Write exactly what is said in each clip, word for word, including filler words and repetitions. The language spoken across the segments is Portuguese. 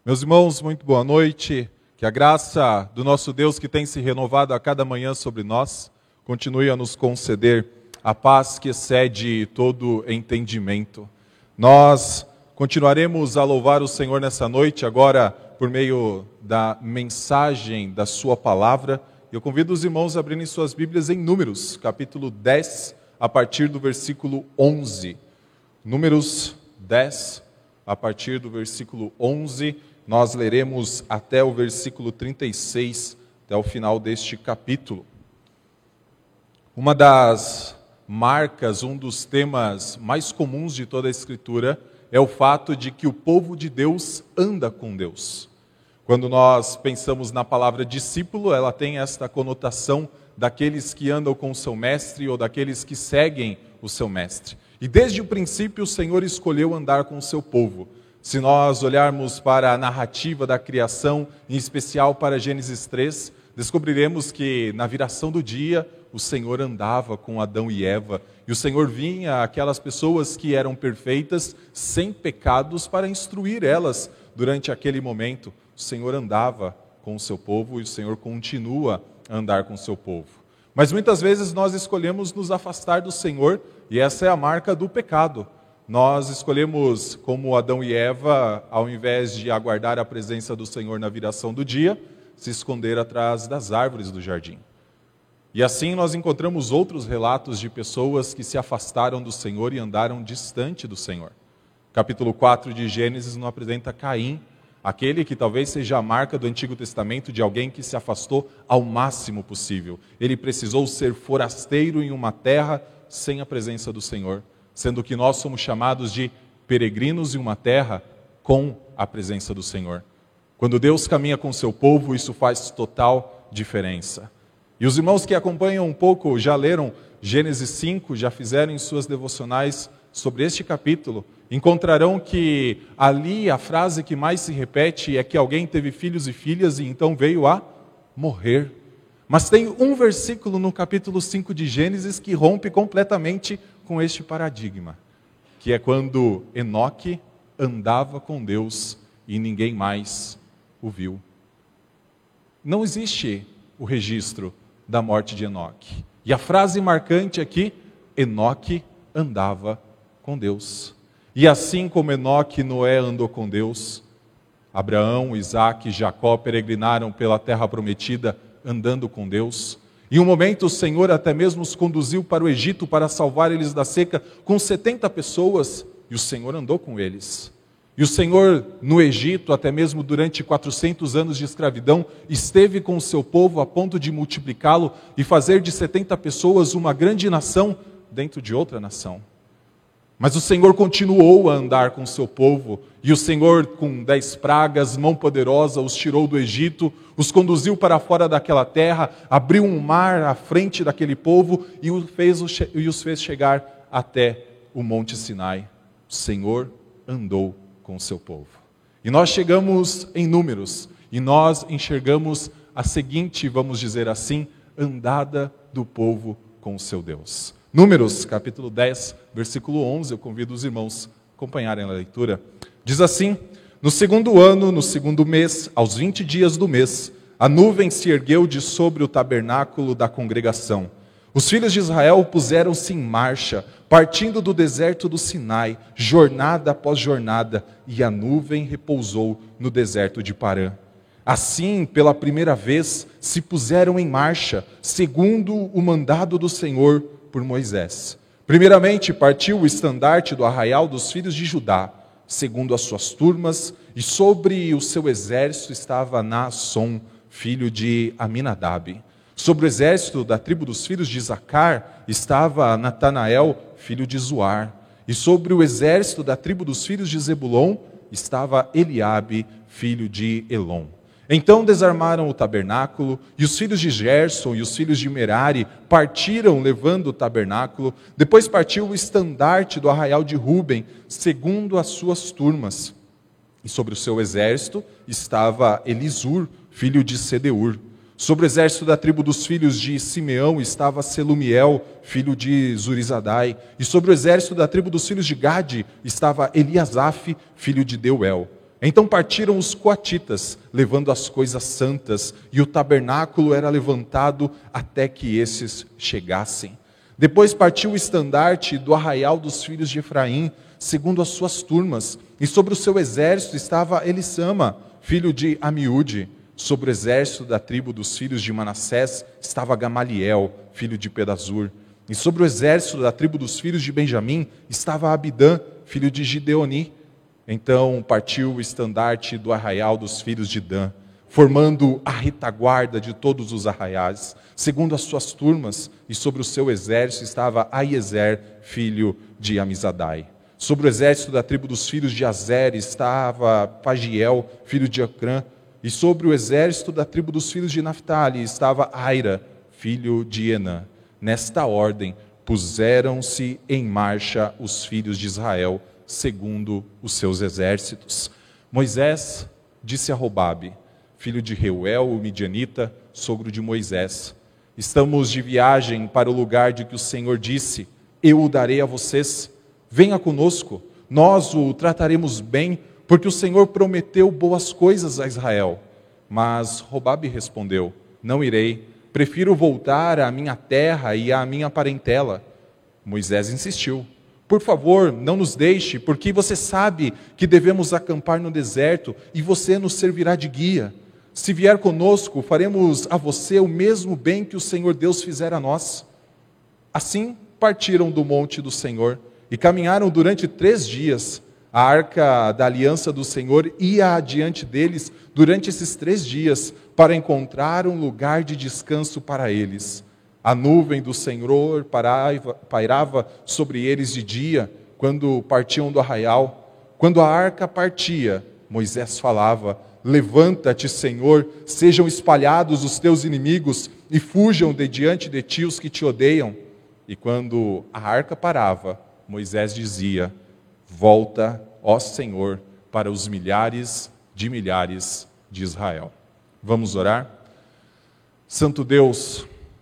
Meus irmãos, muito boa noite. Que a graça do nosso Deus, que tem se renovado a cada manhã sobre nós, continue a nos conceder a paz que excede todo entendimento. Nós continuaremos a louvar o Senhor nessa noite, agora por meio da mensagem da sua palavra. Eu convido os irmãos a abrirem suas Bíblias em Números, capítulo dez, a partir do versículo onze. Números dez, a partir do versículo onze. Nós leremos até o versículo trinta e seis, até o final deste capítulo. Uma das marcas, um dos temas mais comuns de toda a Escritura é o fato de que o povo de Deus anda com Deus. Quando nós pensamos na palavra discípulo, ela tem esta conotação daqueles que andam com o seu mestre ou daqueles que seguem o seu mestre. E desde o princípio o Senhor escolheu andar com o seu povo. Se nós olharmos para a narrativa da criação, em especial para Gênesis três, descobriremos que na viração do dia o Senhor andava com Adão e Eva, e o Senhor vinha aquelas pessoas que eram perfeitas, sem pecados, para instruir elas durante aquele momento. O Senhor andava com o seu povo e o Senhor continua a andar com o seu povo. Mas muitas vezes nós escolhemos nos afastar do Senhor, e essa é a marca do pecado. Nós escolhemos, como Adão e Eva, ao invés de aguardar a presença do Senhor na viração do dia, se esconder atrás das árvores do jardim. E assim nós encontramos outros relatos de pessoas que se afastaram do Senhor e andaram distante do Senhor. Capítulo quatro de Gênesis nos apresenta Caim, aquele que talvez seja a marca do Antigo Testamento de alguém que se afastou ao máximo possível. Ele precisou ser forasteiro em uma terra sem a presença do Senhor, sendo que nós somos chamados de peregrinos em uma terra com a presença do Senhor. Quando Deus caminha com o seu povo, isso faz total diferença. E os irmãos que acompanham um pouco, já leram Gênesis cinco, já fizeram em suas devocionais sobre este capítulo, encontrarão que ali a frase que mais se repete é que alguém teve filhos e filhas e então veio a morrer. Mas tem um versículo no capítulo cinco de Gênesis que rompe completamente com este paradigma, que é quando Enoque andava com Deus e ninguém mais o viu. Não existe o registro da morte de Enoque. E a frase marcante aqui, Enoque andava com Deus. E assim como Enoque e Noé andou com Deus, Abraão, Isaque e Jacó peregrinaram pela terra prometida andando com Deus. Em um momento o Senhor até mesmo os conduziu para o Egito para salvar eles da seca com setenta pessoas, e o Senhor andou com eles. E o Senhor no Egito, até mesmo durante quatrocentos anos de escravidão, esteve com o seu povo a ponto de multiplicá-lo e fazer de setenta pessoas uma grande nação dentro de outra nação. Mas o Senhor continuou a andar com o seu povo, e o Senhor, com dez pragas, mão poderosa, os tirou do Egito, os conduziu para fora daquela terra, abriu um mar à frente daquele povo e os fez, e os fez chegar até o Monte Sinai. O Senhor andou com o seu povo. E nós chegamos em Números, e nós enxergamos a seguinte, vamos dizer assim, andada do povo com o seu Deus. Números, capítulo dez, versículo onze, eu convido os irmãos a acompanharem a leitura. Diz assim: no segundo ano, no segundo mês, aos vinte dias do mês, a nuvem se ergueu de sobre o tabernáculo da congregação. Os filhos de Israel puseram-se em marcha, partindo do deserto do Sinai, jornada após jornada, e a nuvem repousou no deserto de Parã. Assim, pela primeira vez, se puseram em marcha, segundo o mandado do Senhor por Moisés. Primeiramente partiu o estandarte do arraial dos filhos de Judá, segundo as suas turmas, e sobre o seu exército estava Naasson, filho de Aminadab. Sobre o exército da tribo dos filhos de Isacar estava Natanael, filho de Zuar. E sobre o exército da tribo dos filhos de Zebulon estava Eliabe, filho de Elon. Então desarmaram o tabernáculo, e os filhos de Gerson e os filhos de Merari partiram levando o tabernáculo. Depois partiu o estandarte do arraial de Ruben, segundo as suas turmas. E sobre o seu exército estava Elisur, filho de Sedeur. Sobre o exército da tribo dos filhos de Simeão estava Selumiel, filho de Zurizadai. E sobre o exército da tribo dos filhos de Gade estava Eliasaf, filho de Deuel. Então partiram os coatitas, levando as coisas santas, e o tabernáculo era levantado até que esses chegassem. Depois partiu o estandarte do arraial dos filhos de Efraim, segundo as suas turmas, e sobre o seu exército estava Elissama, filho de Amiúde. Sobre o exército da tribo dos filhos de Manassés estava Gamaliel, filho de Pedazur. E sobre o exército da tribo dos filhos de Benjamim estava Abidã, filho de Gideoni. Então partiu o estandarte do arraial dos filhos de Dan, formando a retaguarda de todos os arraiais, segundo as suas turmas, e sobre o seu exército estava Aiezer, filho de Amizadai. Sobre o exército da tribo dos filhos de Azer estava Pagiel, filho de Acrã, e sobre o exército da tribo dos filhos de Naphtali estava Aira, filho de Enã. Nesta ordem puseram-se em marcha os filhos de Israel, segundo os seus exércitos. Moisés disse a Robabe, filho de Reuel, o midianita, sogro de Moisés: estamos de viagem para o lugar de que o Senhor disse, eu o darei a vocês. Venha conosco, nós o trataremos bem, porque o Senhor prometeu boas coisas a Israel. Mas Robabe respondeu, não irei, prefiro voltar à minha terra e à minha parentela. Moisés insistiu, por favor, não nos deixe, porque você sabe que devemos acampar no deserto e você nos servirá de guia. Se vier conosco, faremos a você o mesmo bem que o Senhor Deus fizera a nós. Assim partiram do monte do Senhor e caminharam durante três dias. A arca da aliança do Senhor ia adiante deles durante esses três dias para encontrar um lugar de descanso para eles. A nuvem do Senhor pairava sobre eles de dia, quando partiam do arraial. Quando a arca partia, Moisés falava, levanta-te, Senhor, sejam espalhados os teus inimigos e fujam de diante de ti os que te odeiam. E quando a arca parava, Moisés dizia, volta, ó Senhor, para os milhares de milhares de Israel. Vamos orar? Santo Deus,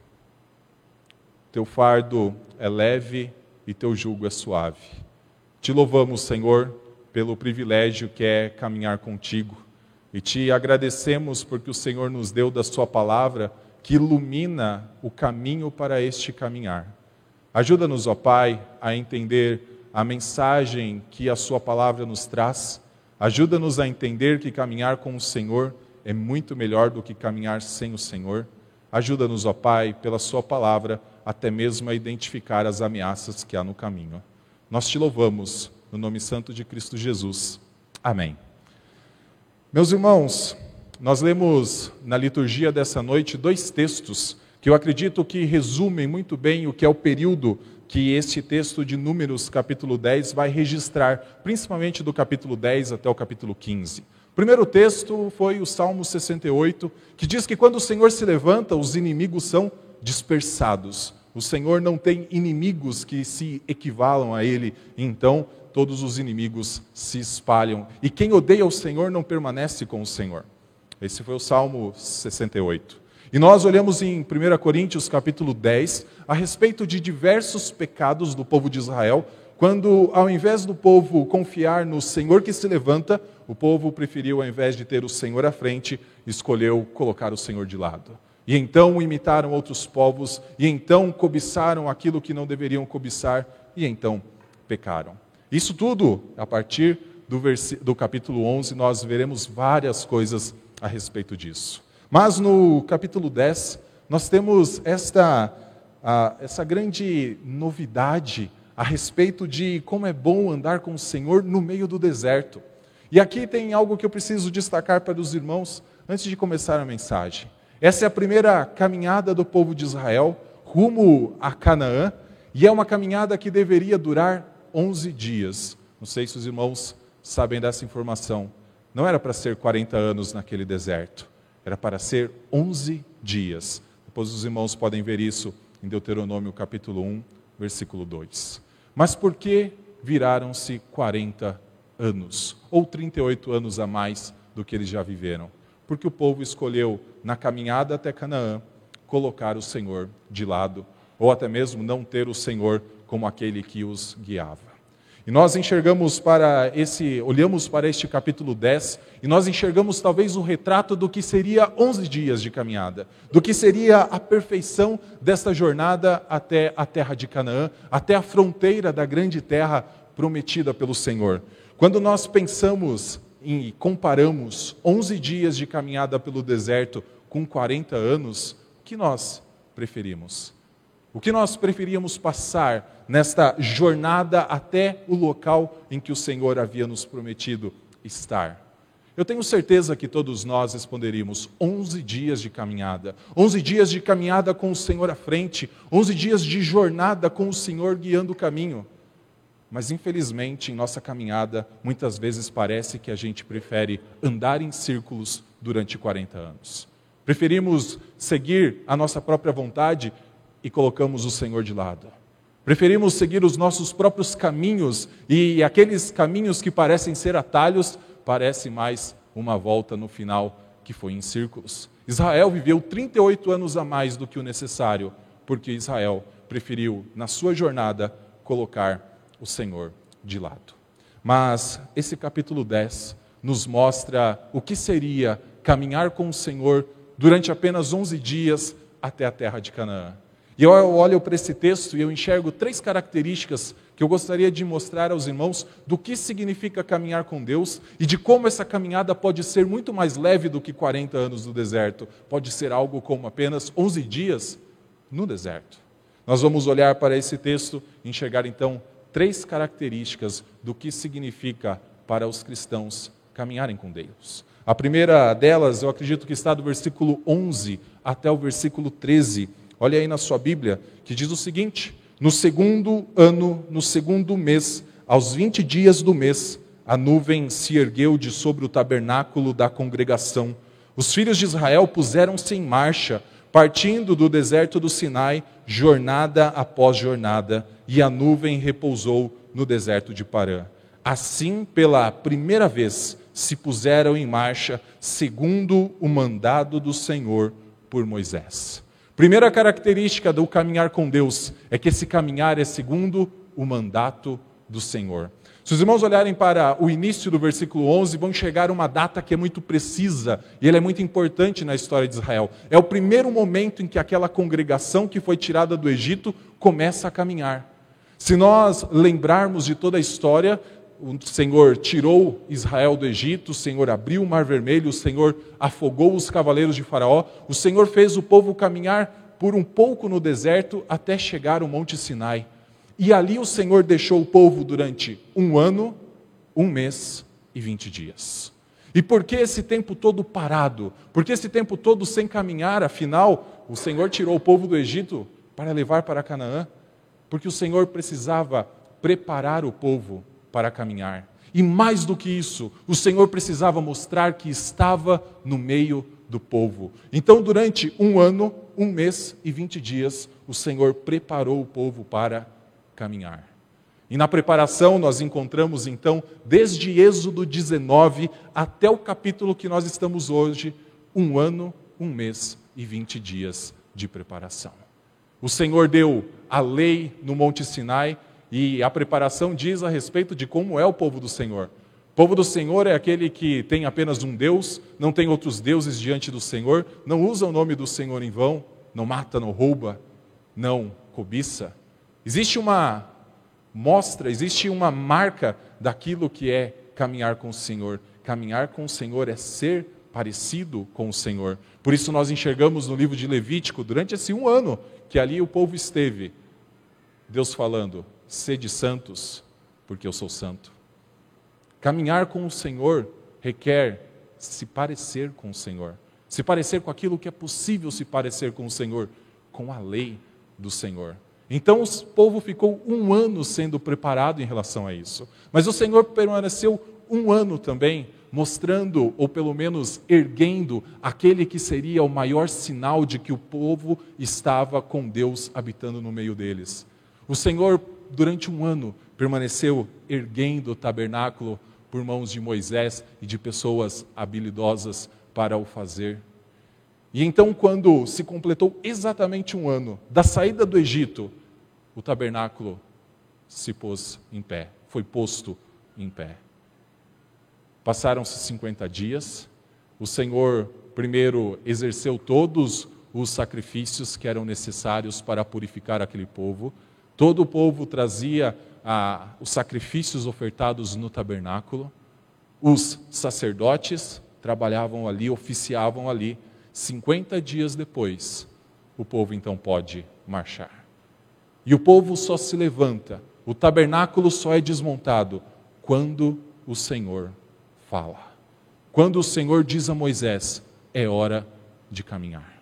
teu fardo é leve e teu jugo é suave. Te louvamos, Senhor, pelo privilégio que é caminhar contigo. E te agradecemos porque o Senhor nos deu da sua palavra que ilumina o caminho para este caminhar. Ajuda-nos, ó Pai, a entender a mensagem que a sua palavra nos traz. Ajuda-nos a entender que caminhar com o Senhor é muito melhor do que caminhar sem o Senhor. Ajuda-nos, ó Pai, pela sua palavra, até mesmo a identificar as ameaças que há no caminho. Nós te louvamos, no nome santo de Cristo Jesus. Amém. Meus irmãos, nós lemos na liturgia dessa noite dois textos que eu acredito que resumem muito bem o que é o período que este texto de Números, capítulo dez, vai registrar, principalmente do capítulo dez até o capítulo quinze. O primeiro texto foi o Salmo sessenta e oito, que diz que quando o Senhor se levanta, os inimigos são dispersados. O Senhor não tem inimigos que se equivalam a Ele, então todos os inimigos se espalham. E quem odeia o Senhor não permanece com o Senhor. Esse foi o Salmo sessenta e oito. E nós olhamos em primeira Coríntios capítulo dez, a respeito de diversos pecados do povo de Israel, quando ao invés do povo confiar no Senhor que se levanta, o povo preferiu, ao invés de ter o Senhor à frente, escolheu colocar o Senhor de lado. E então imitaram outros povos, e então cobiçaram aquilo que não deveriam cobiçar, e então pecaram. Isso tudo, a partir do, vers... do capítulo onze, nós veremos várias coisas a respeito disso. Mas no capítulo dez, nós temos esta, a, essa grande novidade a respeito de como é bom andar com o Senhor no meio do deserto. E aqui tem algo que eu preciso destacar para os irmãos, antes de começar a mensagem. Essa é a primeira caminhada do povo de Israel, rumo a Canaã, e é uma caminhada que deveria durar onze dias. Não sei se os irmãos sabem dessa informação. Não era para ser quarenta anos naquele deserto. Era para ser onze dias. Depois os irmãos podem ver isso em Deuteronômio capítulo um, versículo dois. Mas por que viraram-se quarenta anos? Ou trinta e oito anos a mais do que eles já viveram? Porque o povo escolheu, na caminhada até Canaã, colocar o Senhor de lado, ou até mesmo não ter o Senhor como aquele que os guiava. E nós enxergamos para esse, olhamos para este capítulo dez, e nós enxergamos talvez o retrato do que seria onze dias de caminhada, do que seria a perfeição desta jornada até a terra de Canaã, até a fronteira da grande terra prometida pelo Senhor. Quando nós pensamos e comparamos onze dias de caminhada pelo deserto com quarenta anos, o que nós preferimos? O que nós preferíamos passar nesta jornada até o local em que o Senhor havia nos prometido estar? Eu tenho certeza que todos nós responderíamos: onze dias de caminhada, onze dias de caminhada com o Senhor à frente, onze dias de jornada com o Senhor guiando o caminho. Mas infelizmente em nossa caminhada, muitas vezes parece que a gente prefere andar em círculos durante quarenta anos. Preferimos seguir a nossa própria vontade e colocamos o Senhor de lado. Preferimos seguir os nossos próprios caminhos, e aqueles caminhos que parecem ser atalhos, parece mais uma volta no final que foi em círculos. Israel viveu trinta e oito anos a mais do que o necessário, porque Israel preferiu, na sua jornada, colocar o Senhor de lado. Mas esse capítulo dez nos mostra o que seria caminhar com o Senhor durante apenas onze dias até a terra de Canaã. E eu olho para esse texto e eu enxergo três características que eu gostaria de mostrar aos irmãos do que significa caminhar com Deus e de como essa caminhada pode ser muito mais leve do que quarenta anos no deserto. Pode ser algo como apenas onze dias no deserto. Nós vamos olhar para esse texto e enxergar então três características do que significa para os cristãos caminharem com Deus. A primeira delas, eu acredito que está do versículo onze até o versículo treze. Olha aí na sua Bíblia, que diz o seguinte: no segundo ano, no segundo mês, aos vinte dias do mês, a nuvem se ergueu de sobre o tabernáculo da congregação. Os filhos de Israel puseram-se em marcha, partindo do deserto do Sinai, jornada após jornada, e a nuvem repousou no deserto de Parã. Assim, pela primeira vez, se puseram em marcha, segundo o mandado do Senhor por Moisés. Primeira característica do caminhar com Deus é que esse caminhar é segundo o mandato do Senhor. Se os irmãos olharem para o início do versículo onze, vão chegar a uma data que é muito precisa, e ela é muito importante na história de Israel. É o primeiro momento em que aquela congregação que foi tirada do Egito começa a caminhar. Se nós lembrarmos de toda a história, o Senhor tirou Israel do Egito, o Senhor abriu o Mar Vermelho, o Senhor afogou os cavaleiros de Faraó, o Senhor fez o povo caminhar por um pouco no deserto até chegar ao Monte Sinai. E ali o Senhor deixou o povo durante um ano, um mês e vinte dias. E por que esse tempo todo parado? Por que esse tempo todo sem caminhar? Afinal, o Senhor tirou o povo do Egito para levar para Canaã, porque o Senhor precisava preparar o povo para caminhar. E mais do que isso, o Senhor precisava mostrar que estava no meio do povo. Então, durante um ano, um mês e vinte dias, o Senhor preparou o povo para caminhar. E na preparação nós encontramos então, desde Êxodo dezenove até o capítulo que nós estamos hoje, um ano, um mês e vinte dias de preparação. O Senhor deu a lei no Monte Sinai, e a preparação diz a respeito de como é o povo do Senhor. O povo do Senhor é aquele que tem apenas um Deus, não tem outros deuses diante do Senhor, não usa o nome do Senhor em vão, não mata, não rouba, não cobiça. Existe uma mostra, existe uma marca daquilo que é caminhar com o Senhor. Caminhar com o Senhor é ser parecido com o Senhor. Por isso nós enxergamos no livro de Levítico, durante esse um ano que ali o povo esteve, Deus falando: sede santos, porque eu sou santo. Caminhar com o Senhor requer se parecer com o Senhor. Se parecer com aquilo que é possível se parecer com o Senhor, com a lei do Senhor. Então o povo ficou um ano sendo preparado em relação a isso. Mas o Senhor permaneceu um ano também, mostrando, ou pelo menos erguendo, aquele que seria o maior sinal de que o povo estava com Deus habitando no meio deles. O Senhor, durante um ano, permaneceu erguendo o tabernáculo por mãos de Moisés e de pessoas habilidosas para o fazer. E então, quando se completou exatamente um ano da saída do Egito, o tabernáculo se pôs em pé. foi posto em pé. Passaram-se cinquenta dias, o Senhor primeiro exerceu todos os sacrifícios que eram necessários para purificar aquele povo. Todo o povo trazia ah, os sacrifícios ofertados no tabernáculo. Os sacerdotes trabalhavam ali, oficiavam ali. cinquenta dias depois, o povo então pode marchar. E o povo só se levanta, o tabernáculo só é desmontado quando o Senhor fala. Quando o Senhor diz a Moisés, é hora de caminhar.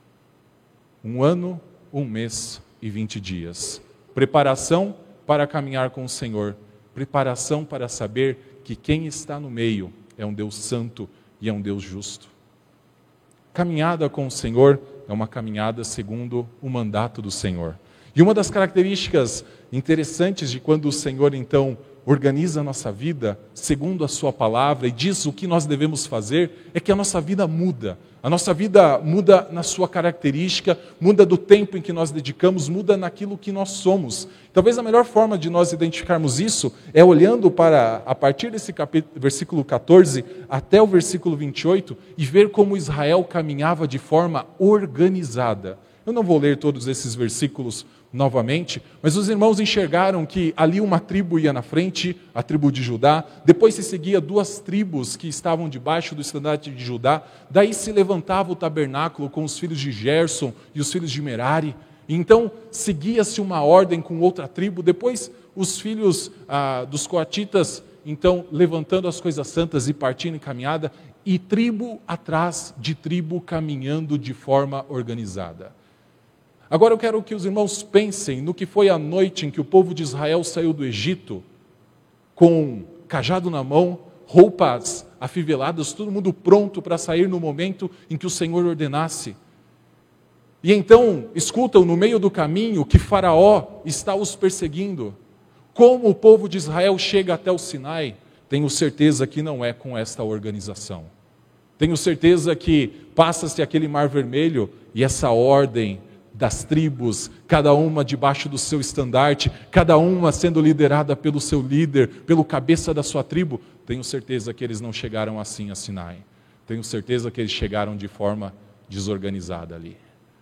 Um ano, um mês e vinte dias. Preparação para caminhar com o Senhor. Preparação para saber que quem está no meio é um Deus santo e é um Deus justo. Caminhada com o Senhor é uma caminhada segundo o mandato do Senhor. E uma das características interessantes de quando o Senhor então organiza a nossa vida segundo a sua palavra e diz o que nós devemos fazer, é que a nossa vida muda. A nossa vida muda na sua característica, muda do tempo em que nós dedicamos, muda naquilo que nós somos. Talvez a melhor forma de nós identificarmos isso é olhando para, a partir desse capítulo, versículo catorze até o versículo vinte e oito, e ver como Israel caminhava de forma organizada. Eu não vou ler todos esses versículos novamente, mas os irmãos enxergaram que ali uma tribo ia na frente, a tribo de Judá, depois se seguia duas tribos que estavam debaixo do estandarte de Judá, daí se levantava o tabernáculo com os filhos de Gerson e os filhos de Merari, então seguia-se uma ordem com outra tribo, depois os filhos ah, dos coatitas, então levantando as coisas santas e partindo em caminhada, e tribo atrás de tribo caminhando de forma organizada. Agora eu quero que os irmãos pensem no que foi a noite em que o povo de Israel saiu do Egito, com cajado na mão, roupas afiveladas, todo mundo pronto para sair no momento em que o Senhor ordenasse. E então escutam no meio do caminho que Faraó está os perseguindo. Como o povo de Israel chega até o Sinai? Tenho certeza que não é com esta organização. Tenho certeza que passa-se aquele mar vermelho e essa ordem das tribos, cada uma debaixo do seu estandarte, cada uma sendo liderada pelo seu líder, pelo cabeça da sua tribo. Tenho certeza que eles não chegaram assim a Sinai. Tenho certeza que eles chegaram de forma desorganizada ali.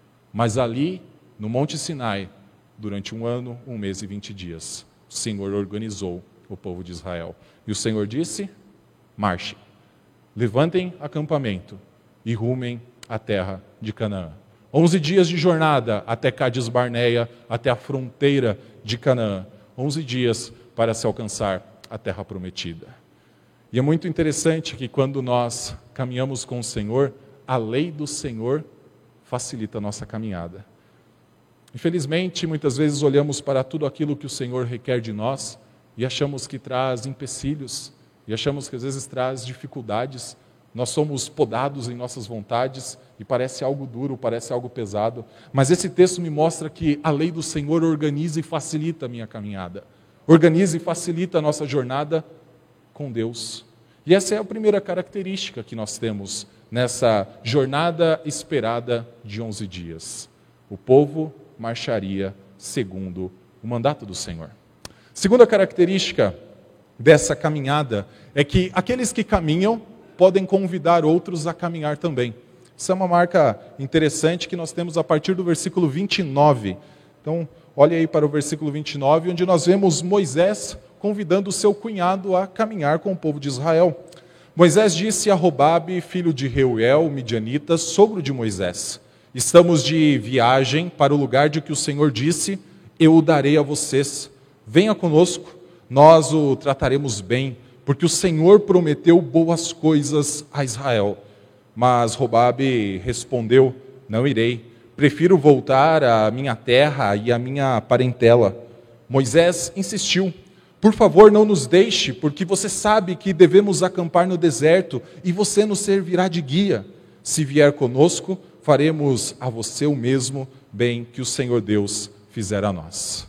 Mas ali, no Monte Sinai, durante um ano, um mês e vinte dias, o Senhor organizou o povo de Israel. E o Senhor disse, marchem, levantem acampamento e rumem à terra de Canaã. Onze dias de jornada até Cádiz Barneia, até a fronteira de Canaã. Onze dias para se alcançar a terra prometida. E é muito interessante que quando nós caminhamos com o Senhor, a lei do Senhor facilita a nossa caminhada. Infelizmente, muitas vezes olhamos para tudo aquilo que o Senhor requer de nós e achamos que traz empecilhos, e achamos que às vezes traz dificuldades. Nós somos podados em nossas vontades e parece algo duro, parece algo pesado. Mas esse texto me mostra que a lei do Senhor organiza e facilita a minha caminhada. Organiza e facilita a nossa jornada com Deus. E essa é a primeira característica que nós temos nessa jornada esperada de onze dias. O povo marcharia segundo o mandato do Senhor. Segunda característica dessa caminhada é que aqueles que caminham podem convidar outros a caminhar também. Isso é uma marca interessante que nós temos a partir do versículo vinte e nove. Então, olhe aí para o versículo vinte e nove, onde nós vemos Moisés convidando o seu cunhado a caminhar com o povo de Israel. Moisés disse a Robabe, filho de Reuel, midianita, sogro de Moisés, estamos de viagem para o lugar de que o Senhor disse, eu o darei a vocês. Venha conosco, nós o trataremos bem, porque o Senhor prometeu boas coisas a Israel. Mas Robabe respondeu, não irei, prefiro voltar à minha terra e à minha parentela. Moisés insistiu, por favor não nos deixe, porque você sabe que devemos acampar no deserto e você nos servirá de guia. Se vier conosco, faremos a você o mesmo bem que o Senhor Deus fizer a nós.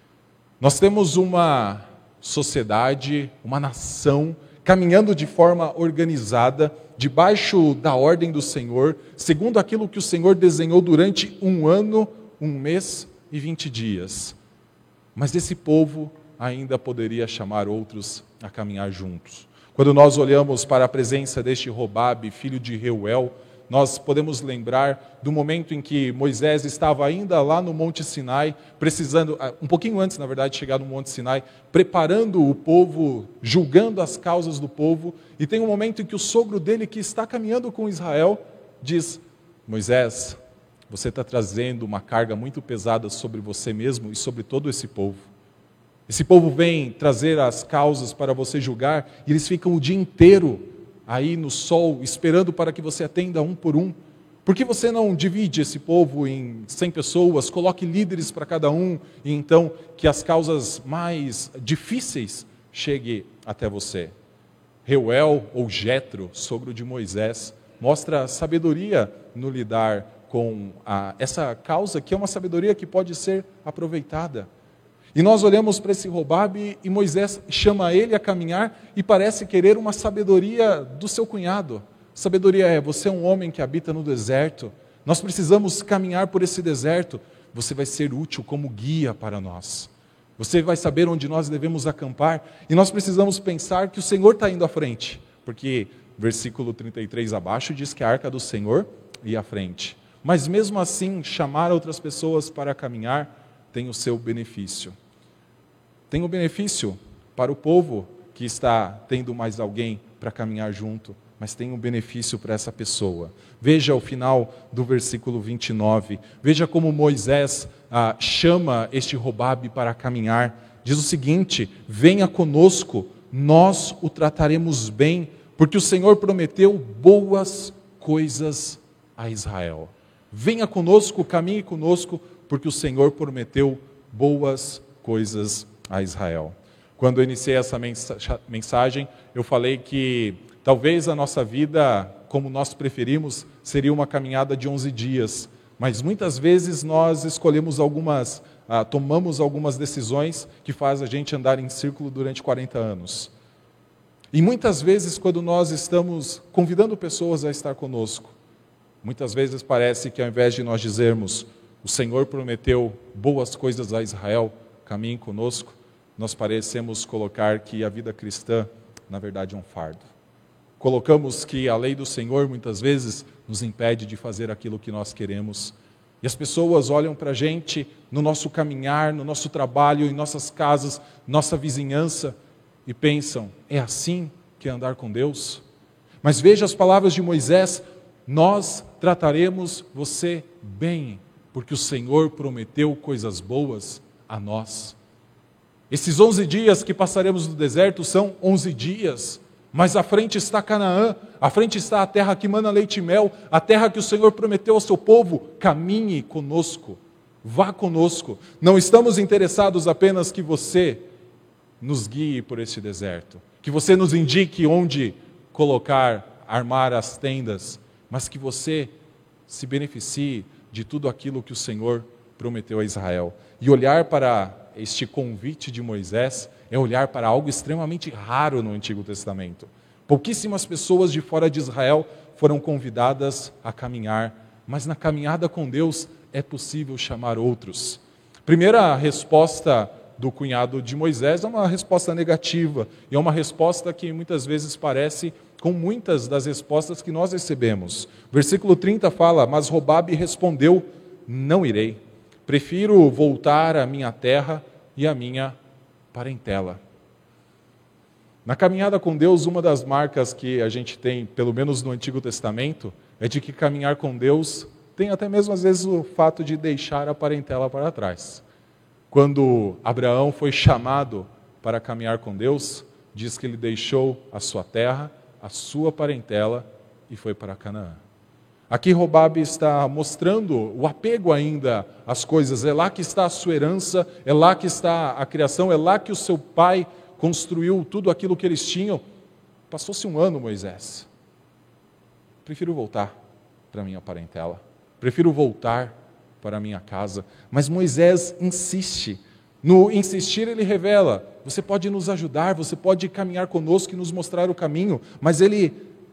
Nós temos uma sociedade, uma nação, caminhando de forma organizada, debaixo da ordem do Senhor, segundo aquilo que o Senhor desenhou durante um ano, um mês e vinte dias. Mas esse povo ainda poderia chamar outros a caminhar juntos. Quando nós olhamos para a presença deste Robabe, filho de Reuel, nós podemos lembrar do momento em que Moisés estava ainda lá no Monte Sinai, precisando, um pouquinho antes, na verdade, de chegar no Monte Sinai, preparando o povo, julgando as causas do povo, e tem um momento em que o sogro dele, que está caminhando com Israel, diz: Moisés, você está trazendo uma carga muito pesada sobre você mesmo e sobre todo esse povo. Esse povo vem trazer as causas para você julgar, e eles ficam o dia inteiro aí no sol, esperando para que você atenda um por um. Por que você não divide esse povo em cem pessoas, coloque líderes para cada um, e então que as causas mais difíceis cheguem até você? Reuel, ou Jetro, sogro de Moisés, mostra sabedoria no lidar com a, essa causa, que é uma sabedoria que pode ser aproveitada. E nós olhamos para esse Robabe e Moisés chama ele a caminhar e parece querer uma sabedoria do seu cunhado. Sabedoria é: você é um homem que habita no deserto, nós precisamos caminhar por esse deserto, você vai ser útil como guia para nós. Você vai saber onde nós devemos acampar, e nós precisamos pensar que o Senhor está indo à frente, porque versículo trinta e três abaixo diz que a arca do Senhor ia à frente. Mas mesmo assim, chamar outras pessoas para caminhar tem o seu benefício. Tem o benefício para o povo que está tendo mais alguém para caminhar junto, mas tem um benefício para essa pessoa. Veja o final do versículo vinte e nove, veja como Moisés ah, chama este Robabe para caminhar. Diz o seguinte: venha conosco, nós o trataremos bem, porque o Senhor prometeu boas coisas a Israel. Venha conosco, caminhe conosco, porque o Senhor prometeu boas coisas a Israel. Quando eu iniciei essa mensagem, eu falei que talvez a nossa vida, como nós preferimos, seria uma caminhada de onze dias, mas muitas vezes nós escolhemos algumas, ah, tomamos algumas decisões que faz a gente andar em círculo durante quarenta anos. E muitas vezes, quando nós estamos convidando pessoas a estar conosco, muitas vezes parece que ao invés de nós dizermos: o Senhor prometeu boas coisas a Israel, caminhe conosco, nós parecemos colocar que a vida cristã, na verdade, é um fardo. Colocamos que a lei do Senhor, muitas vezes, nos impede de fazer aquilo que nós queremos. E as pessoas olham para a gente, no nosso caminhar, no nosso trabalho, em nossas casas, nossa vizinhança, e pensam: é assim que é andar com Deus? Mas veja as palavras de Moisés: nós trataremos você bem, porque o Senhor prometeu coisas boas a nós. Esses onze dias que passaremos no deserto são onze dias, mas à frente está Canaã, à frente está a terra que mana leite e mel, a terra que o Senhor prometeu ao seu povo. Caminhe conosco, vá conosco. Não estamos interessados apenas que você nos guie por este deserto, que você nos indique onde colocar, armar as tendas, mas que você se beneficie de tudo aquilo que o Senhor prometeu a Israel. E olhar para este convite de Moisés é olhar para algo extremamente raro no Antigo Testamento. Pouquíssimas pessoas de fora de Israel foram convidadas a caminhar, mas na caminhada com Deus é possível chamar outros. Primeira resposta do cunhado de Moisés é uma resposta negativa, e é uma resposta que muitas vezes parece com muitas das respostas que nós recebemos. Versículo trinta fala: mas Robabe respondeu: não irei. Prefiro voltar à minha terra e à minha parentela. Na caminhada com Deus, uma das marcas que a gente tem, pelo menos no Antigo Testamento, é de que caminhar com Deus tem até mesmo às vezes o fato de deixar a parentela para trás. Quando Abraão foi chamado para caminhar com Deus, diz que ele deixou a sua terra, a sua parentela e foi para Canaã. Aqui Robabe está mostrando o apego ainda às coisas. É lá que está a sua herança, é lá que está a criação, é lá que o seu pai construiu tudo aquilo que eles tinham. Passou-se um ano, Moisés. Prefiro voltar para a minha parentela. Prefiro voltar para a minha casa. Mas Moisés insiste. No insistir ele revela: você pode nos ajudar, você pode caminhar conosco e nos mostrar o caminho. Mas ele,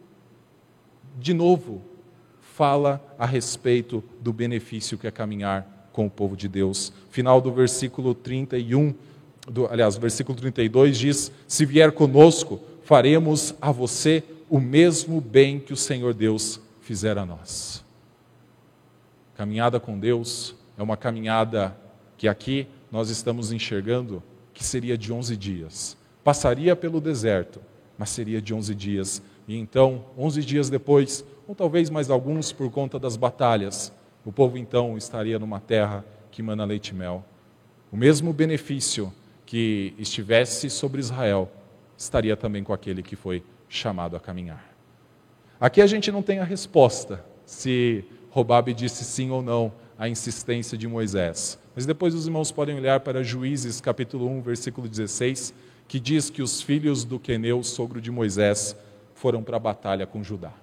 de novo, fala a respeito do benefício que é caminhar com o povo de Deus. Final do versículo trinta e um, do, aliás, o versículo trinta e dois diz: se vier conosco, faremos a você o mesmo bem que o Senhor Deus fizer a nós. Caminhada com Deus é uma caminhada que aqui nós estamos enxergando que seria de onze dias. Passaria pelo deserto, mas seria de onze dias. E então, onze dias depois, ou talvez mais alguns por conta das batalhas, o povo então estaria numa terra que mana leite e mel. O mesmo benefício que estivesse sobre Israel, estaria também com aquele que foi chamado a caminhar. Aqui a gente não tem a resposta, se Robabe disse sim ou não à insistência de Moisés. Mas depois os irmãos podem olhar para Juízes, capítulo um, versículo dezesseis, que diz que os filhos do Queneu, sogro de Moisés, foram para a batalha com Judá.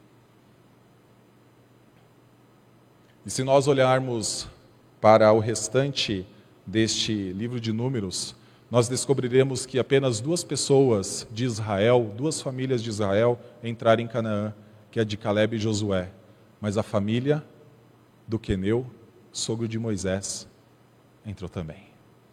E se nós olharmos para o restante deste livro de Números, nós descobriremos que apenas duas pessoas de Israel, duas famílias de Israel, entraram em Canaã, que é de Calebe e Josué. Mas a família do Queneu, sogro de Moisés, entrou também.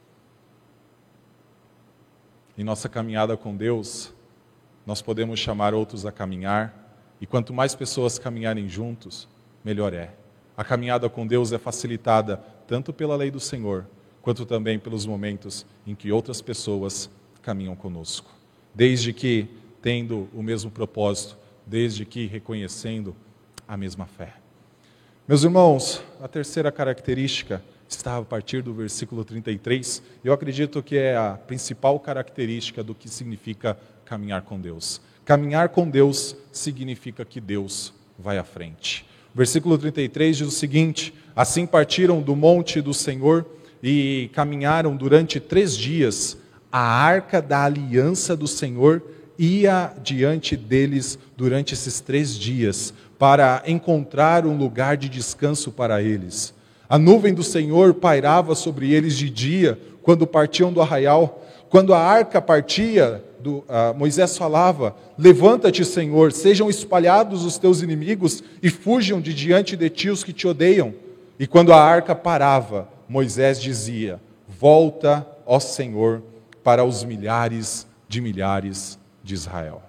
Em nossa caminhada com Deus, nós podemos chamar outros a caminhar, e quanto mais pessoas caminharem juntos, melhor é. A caminhada com Deus é facilitada tanto pela lei do Senhor, quanto também pelos momentos em que outras pessoas caminham conosco. Desde que tendo o mesmo propósito, desde que reconhecendo a mesma fé. Meus irmãos, a terceira característica está a partir do versículo trinta e três. Eu acredito que é a principal característica do que significa caminhar com Deus. Caminhar com Deus significa que Deus vai à frente. O versículo trinta e três diz o seguinte: assim partiram do monte do Senhor e caminharam durante três dias. A arca da aliança do Senhor ia diante deles durante esses três dias, para encontrar um lugar de descanso para eles. A nuvem do Senhor pairava sobre eles de dia, quando partiam do arraial. Quando a arca partia, do, uh, Moisés falava: levanta-te, Senhor, sejam espalhados os teus inimigos e fujam de diante de ti os que te odeiam. E quando a arca parava, Moisés dizia: volta, ó Senhor, para os milhares de milhares de Israel.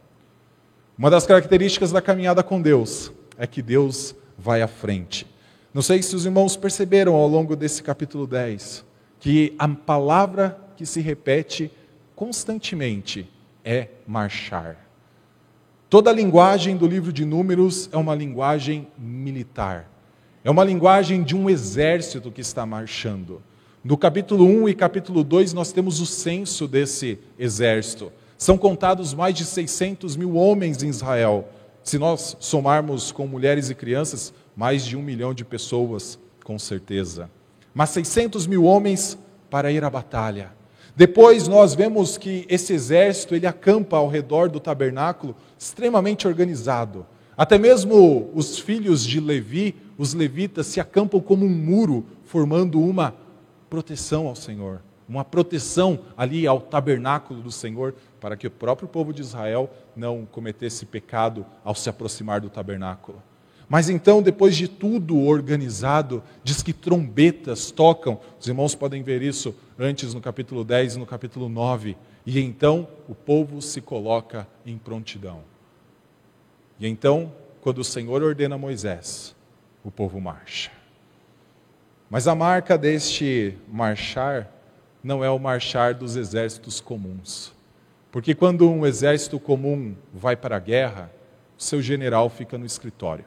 Uma das características da caminhada com Deus é que Deus vai à frente. Não sei se os irmãos perceberam ao longo desse capítulo dez, que a palavra que se repete constantemente é marchar. Toda a linguagem do livro de Números é uma linguagem militar. É uma linguagem de um exército que está marchando. No capítulo um e capítulo dois nós temos o censo desse exército. São contados mais de seiscentos mil homens em Israel. Se nós somarmos com mulheres e crianças, mais de um milhão de pessoas, com certeza. Mas seiscentos mil homens para ir à batalha. Depois nós vemos que esse exército, ele acampa ao redor do tabernáculo, extremamente organizado. Até mesmo os filhos de Levi, os levitas, se acampam como um muro, formando uma proteção ao Senhor. Uma proteção ali ao tabernáculo do Senhor, para que o próprio povo de Israel não cometesse pecado ao se aproximar do tabernáculo. Mas então, depois de tudo organizado, diz que trombetas tocam. Os irmãos podem ver isso antes no capítulo dez e no capítulo nove. E então o povo se coloca em prontidão. E então, quando o Senhor ordena a Moisés, o povo marcha. Mas a marca deste marchar não é o marchar dos exércitos comuns. Porque quando um exército comum vai para a guerra, o seu general fica no escritório.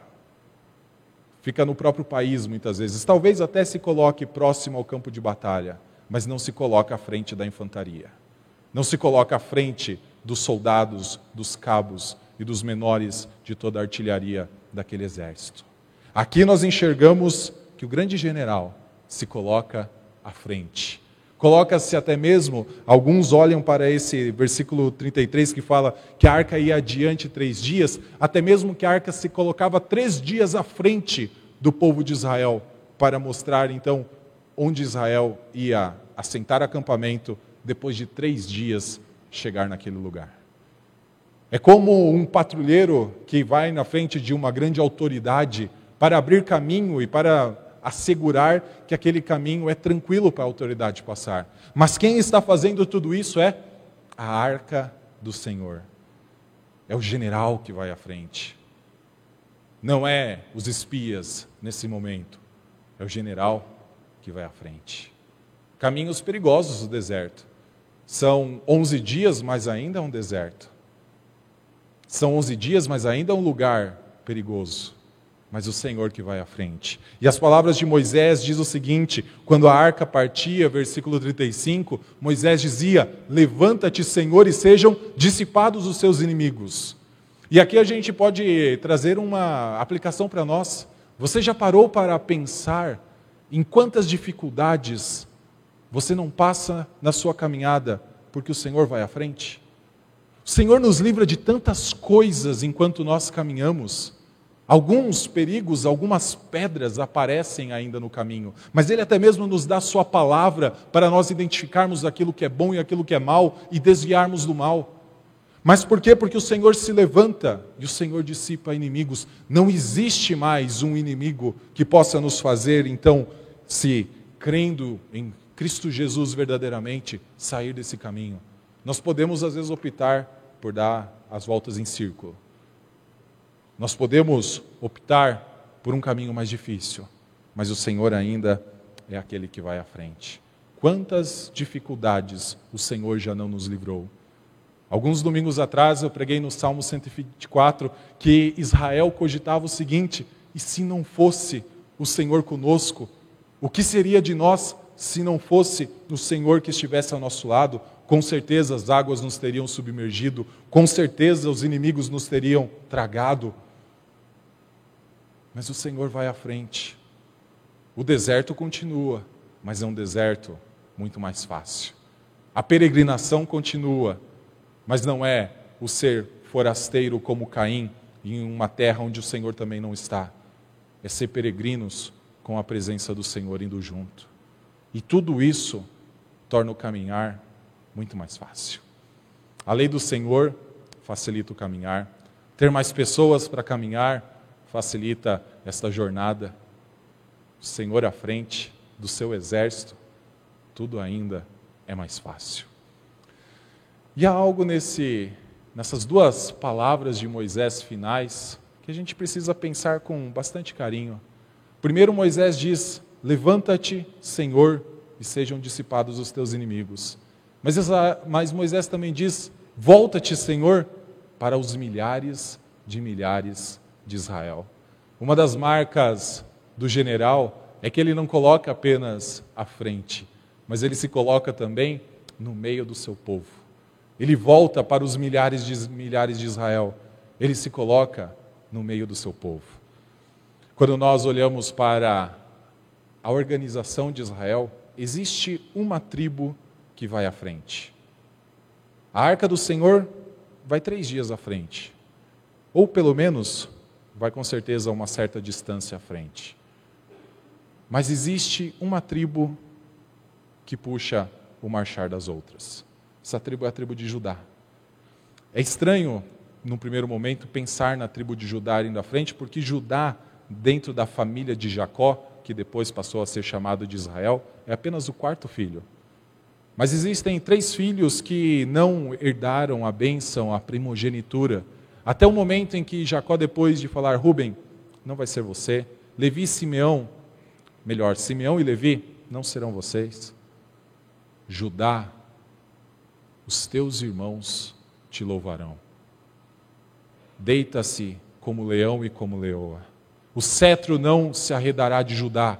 Fica no próprio país muitas vezes. Talvez até se coloque próximo ao campo de batalha, mas não se coloca à frente da infantaria. Não se coloca à frente dos soldados, dos cabos e dos menores de toda a artilharia daquele exército. Aqui nós enxergamos que o grande general se coloca à frente. Coloca-se até mesmo, alguns olham para esse versículo trinta e três que fala que a arca ia adiante três dias, até mesmo que a arca se colocava três dias à frente do povo de Israel, para mostrar então onde Israel ia assentar acampamento depois de três dias chegar naquele lugar. É como um patrulheiro que vai na frente de uma grande autoridade para abrir caminho e para assegurar que aquele caminho é tranquilo para a autoridade passar. Mas quem está fazendo tudo isso é a arca do Senhor. É o general que vai à frente. Não é os espias nesse momento. É o general que vai à frente. Caminhos perigosos do deserto. São onze dias, mas ainda é um deserto. São onze dias, mas ainda é um lugar perigoso. Mas o Senhor que vai à frente. E as palavras de Moisés diz o seguinte, quando a arca partia, versículo trinta e cinco, Moisés dizia, levanta-te, Senhor, e sejam dissipados os seus inimigos. E aqui a gente pode trazer uma aplicação para nós. Você já parou para pensar em quantas dificuldades você não passa na sua caminhada porque o Senhor vai à frente? O Senhor nos livra de tantas coisas enquanto nós caminhamos. Alguns perigos, algumas pedras aparecem ainda no caminho, mas Ele até mesmo nos dá a sua palavra para nós identificarmos aquilo que é bom e aquilo que é mal e desviarmos do mal. Mas por quê? Porque o Senhor se levanta e o Senhor dissipa inimigos. Não existe mais um inimigo que possa nos fazer, então, se crendo em Cristo Jesus verdadeiramente, sair desse caminho. Nós podemos às vezes optar por dar as voltas em círculo. Nós podemos optar por um caminho mais difícil, mas o Senhor ainda é aquele que vai à frente. Quantas dificuldades o Senhor já não nos livrou? Alguns domingos atrás eu preguei no Salmo cento e vinte e quatro que Israel cogitava o seguinte, e se não fosse o Senhor conosco, o que seria de nós se não fosse o Senhor que estivesse ao nosso lado? Com certeza as águas nos teriam submergido, com certeza os inimigos nos teriam tragado. Mas o Senhor vai à frente. O deserto continua, mas é um deserto muito mais fácil. A peregrinação continua, mas não é o ser forasteiro como Caim, em uma terra onde o Senhor também não está. É ser peregrinos com a presença do Senhor indo junto. E tudo isso torna o caminhar muito mais fácil. A lei do Senhor facilita o caminhar. Ter mais pessoas para caminhar facilita esta jornada. O Senhor à frente do seu exército, tudo ainda é mais fácil. E há algo nesse, nessas duas palavras de Moisés finais que a gente precisa pensar com bastante carinho. Primeiro Moisés diz, levanta-te, Senhor, e sejam dissipados os teus inimigos. Mas, mas Moisés também diz, volta-te, Senhor, para os milhares de milhares de Israel. Uma das marcas do general é que ele não coloca apenas à frente, mas ele se coloca também no meio do seu povo. Ele volta para os milhares de milhares de Israel, ele se coloca no meio do seu povo. Quando nós olhamos para a organização de Israel, existe uma tribo que vai à frente. A arca do Senhor vai três dias à frente, ou pelo menos vai com certeza a uma certa distância à frente. Mas existe uma tribo que puxa o marchar das outras. Essa tribo é a tribo de Judá. É estranho, num primeiro momento, pensar na tribo de Judá indo à frente, porque Judá, dentro da família de Jacó, que depois passou a ser chamado de Israel, é apenas o quarto filho. Mas existem três filhos que não herdaram a bênção, a primogenitura, até o momento em que Jacó, depois de falar, Rúben, não vai ser você, Levi e Simeão, melhor, Simeão e Levi, não serão vocês. Judá, os teus irmãos te louvarão. Deita-se como leão e como leoa. O cetro não se arredará de Judá.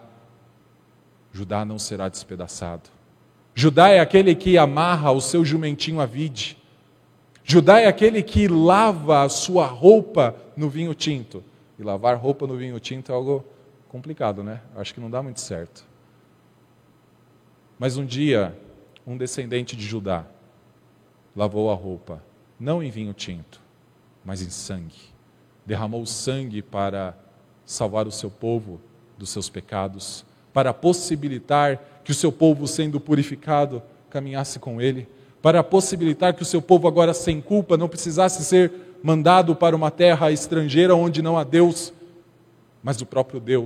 Judá não será despedaçado. Judá é aquele que amarra o seu jumentinho à vide. Judá é aquele que lava a sua roupa no vinho tinto. E lavar roupa no vinho tinto é algo complicado, né? Acho que não dá muito certo. Mas um dia, um descendente de Judá lavou a roupa, não em vinho tinto, mas em sangue. Derramou sangue para salvar o seu povo dos seus pecados, para possibilitar que o seu povo, sendo purificado, caminhasse com ele, para possibilitar que o seu povo agora sem culpa não precisasse ser mandado para uma terra estrangeira onde não há Deus, mas o próprio Deus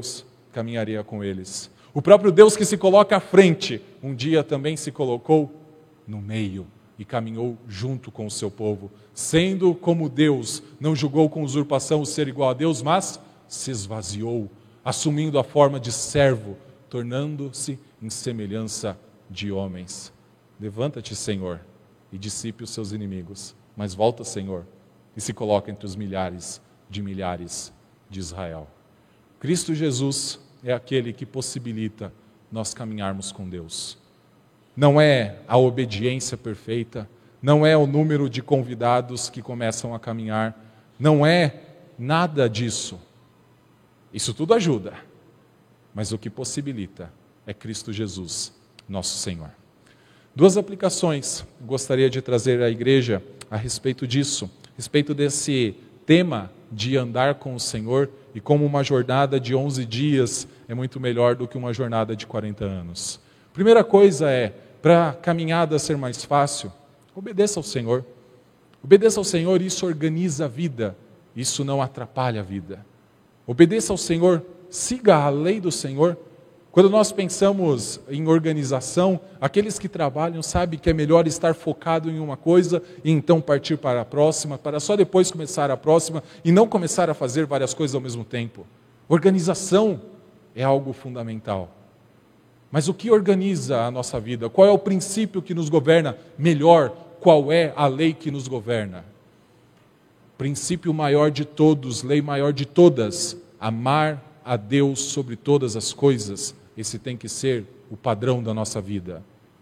caminharia com eles. O próprio Deus que se coloca à frente, um dia também se colocou no meio e caminhou junto com o seu povo. Sendo como Deus, não julgou com usurpação o ser igual a Deus, mas se esvaziou, assumindo a forma de servo, tornando-se em semelhança de homens. Levanta-te, Senhor, e dissipe os seus inimigos. Mas volta, Senhor, e se coloca entre os milhares de milhares de Israel. Cristo Jesus é aquele que possibilita nós caminharmos com Deus. Não é a obediência perfeita, não é o número de convidados que começam a caminhar, não é nada disso. Isso tudo ajuda, mas o que possibilita é Cristo Jesus, nosso Senhor. Duas aplicações gostaria de trazer à igreja a respeito disso, a respeito desse tema de andar com o Senhor, e como uma jornada de onze dias é muito melhor do que uma jornada de quarenta anos. Primeira coisa é, para a caminhada ser mais fácil, obedeça ao Senhor. Obedeça ao Senhor, isso organiza a vida, isso não atrapalha a vida. Obedeça ao Senhor, siga a lei do Senhor. Quando nós pensamos em organização, aqueles que trabalham sabem que é melhor estar focado em uma coisa e então partir para a próxima, para só depois começar a próxima e não começar a fazer várias coisas ao mesmo tempo. Organização é algo fundamental. Mas o que organiza a nossa vida? Qual é o princípio que nos governa? Melhor, qual é a lei que nos governa? Princípio maior de todos, lei maior de todas, amar a Deus sobre todas as coisas. Esse tem que ser o padrão da nossa vida.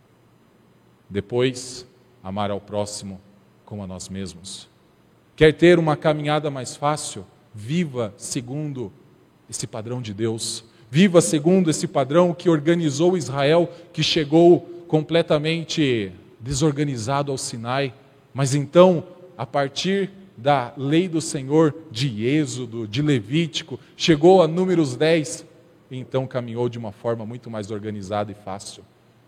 Depois, amar ao próximo como a nós mesmos. Quer ter uma caminhada mais fácil? Viva segundo esse padrão de Deus. Viva segundo esse padrão que organizou Israel, que chegou completamente desorganizado ao Sinai. Mas então, a partir da lei do Senhor, de Êxodo, de Levítico, chegou a Números dez, e então caminhou de uma forma muito mais organizada e fácil.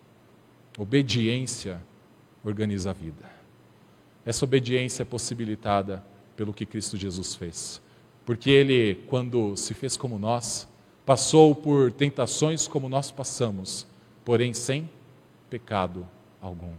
Obediência organiza a vida. Essa obediência é possibilitada pelo que Cristo Jesus fez. Porque Ele, quando se fez como nós, passou por tentações como nós passamos, porém sem pecado algum.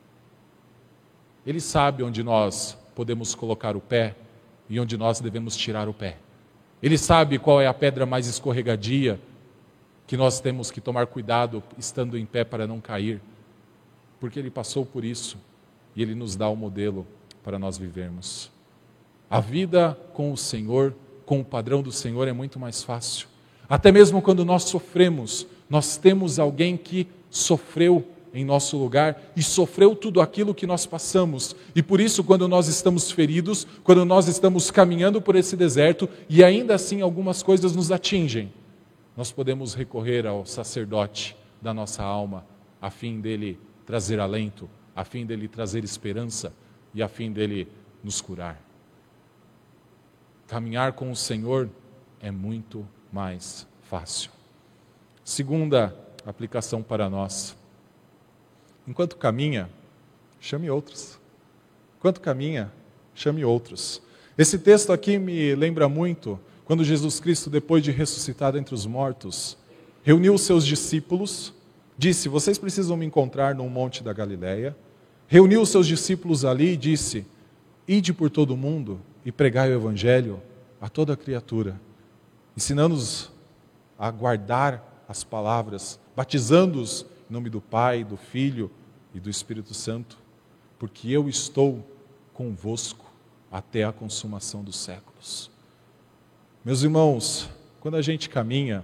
Ele sabe onde nós podemos colocar o pé e onde nós devemos tirar o pé. Ele sabe qual é a pedra mais escorregadia que nós temos que tomar cuidado estando em pé para não cair, porque Ele passou por isso e Ele nos dá o modelo para nós vivermos. A vida com o Senhor, com o padrão do Senhor é muito mais fácil. Até mesmo quando nós sofremos, nós temos alguém que sofreu em nosso lugar e sofreu tudo aquilo que nós passamos. E por isso, quando nós estamos feridos, quando nós estamos caminhando por esse deserto e ainda assim algumas coisas nos atingem, nós podemos recorrer ao sacerdote da nossa alma, a fim dele trazer alento, a fim dele trazer esperança e a fim dele nos curar. Caminhar com o Senhor é muito mais fácil. Segunda aplicação para nós. Enquanto caminha, chame outros. Enquanto caminha, chame outros. Esse texto aqui me lembra muito quando Jesus Cristo, depois de ressuscitado entre os mortos, reuniu os seus discípulos, disse: vocês precisam me encontrar no monte da Galileia. Reuniu os seus discípulos ali e disse: ide por todo o mundo e pregai o evangelho a toda criatura, ensinando-os a guardar as palavras, batizando-os em nome do Pai, do Filho e do Espírito Santo, porque eu estou convosco até a consumação dos séculos. Meus irmãos, quando a gente caminha,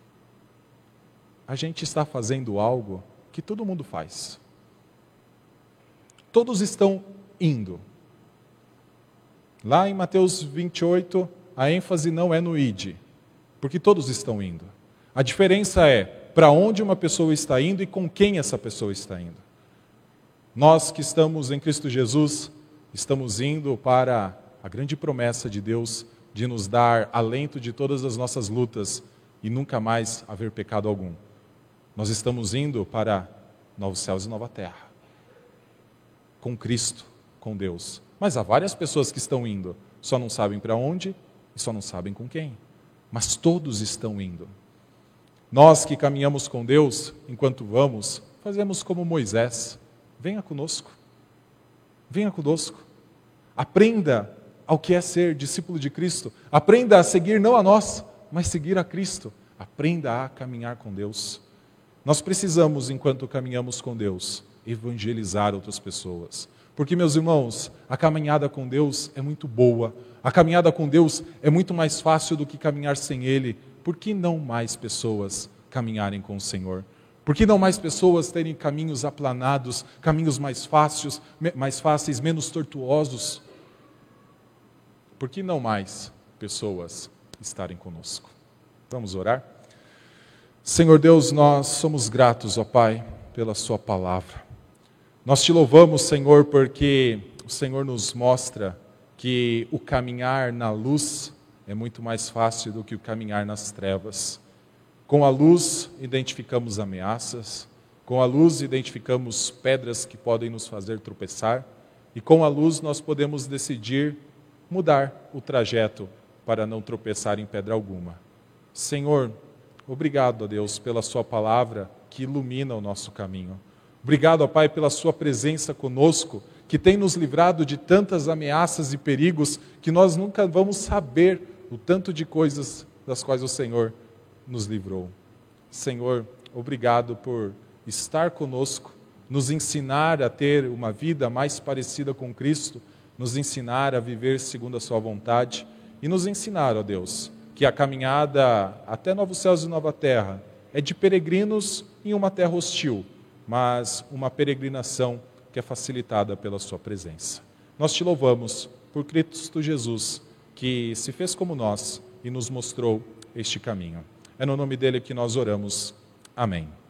a gente está fazendo algo que todo mundo faz. Todos estão indo. Lá em Mateus vinte e oito, a ênfase não é no ide, porque todos estão indo. A diferença é para onde uma pessoa está indo e com quem essa pessoa está indo. Nós que estamos em Cristo Jesus, estamos indo para a grande promessa de Deus de nos dar alento de todas as nossas lutas e nunca mais haver pecado algum. Nós estamos indo para novos céus e nova terra, com Cristo, com Deus. Mas há várias pessoas que estão indo, só não sabem para onde e só não sabem com quem. Mas todos estão indo. Nós que caminhamos com Deus, enquanto vamos, fazemos como Moisés. Venha conosco. Venha conosco. Aprenda ao que é ser discípulo de Cristo. Aprenda a seguir não a nós, mas seguir a Cristo. Aprenda a caminhar com Deus. Nós precisamos, enquanto caminhamos com Deus, evangelizar outras pessoas. Porque, meus irmãos, a caminhada com Deus é muito boa. A caminhada com Deus é muito mais fácil do que caminhar sem Ele. Por que não mais pessoas caminharem com o Senhor? Por que não mais pessoas terem caminhos aplanados, caminhos mais fáceis, mais fáceis, menos tortuosos? Por que não mais pessoas estarem conosco? Vamos orar? Senhor Deus, nós somos gratos, ó Pai, pela Sua palavra. Nós te louvamos, Senhor, porque o Senhor nos mostra que o caminhar na luz é muito mais fácil do que o caminhar nas trevas. Com a luz, identificamos ameaças, com a luz, identificamos pedras que podem nos fazer tropeçar, e com a luz nós podemos decidir mudar o trajeto para não tropeçar em pedra alguma. Senhor, obrigado, ó Deus, pela Sua palavra que ilumina o nosso caminho. Obrigado, ó Pai, pela Sua presença conosco, que tem nos livrado de tantas ameaças e perigos que nós nunca vamos saber o tanto de coisas das quais o Senhor nos livrou. Senhor, obrigado por estar conosco, nos ensinar a ter uma vida mais parecida com Cristo, nos ensinar a viver segundo a Sua vontade e nos ensinar, ó Deus, que a caminhada até novos céus e nova terra é de peregrinos em uma terra hostil, mas uma peregrinação que é facilitada pela Sua presença. Nós te louvamos por Cristo Jesus, que se fez como nós e nos mostrou este caminho. É no nome dele que nós oramos. Amém.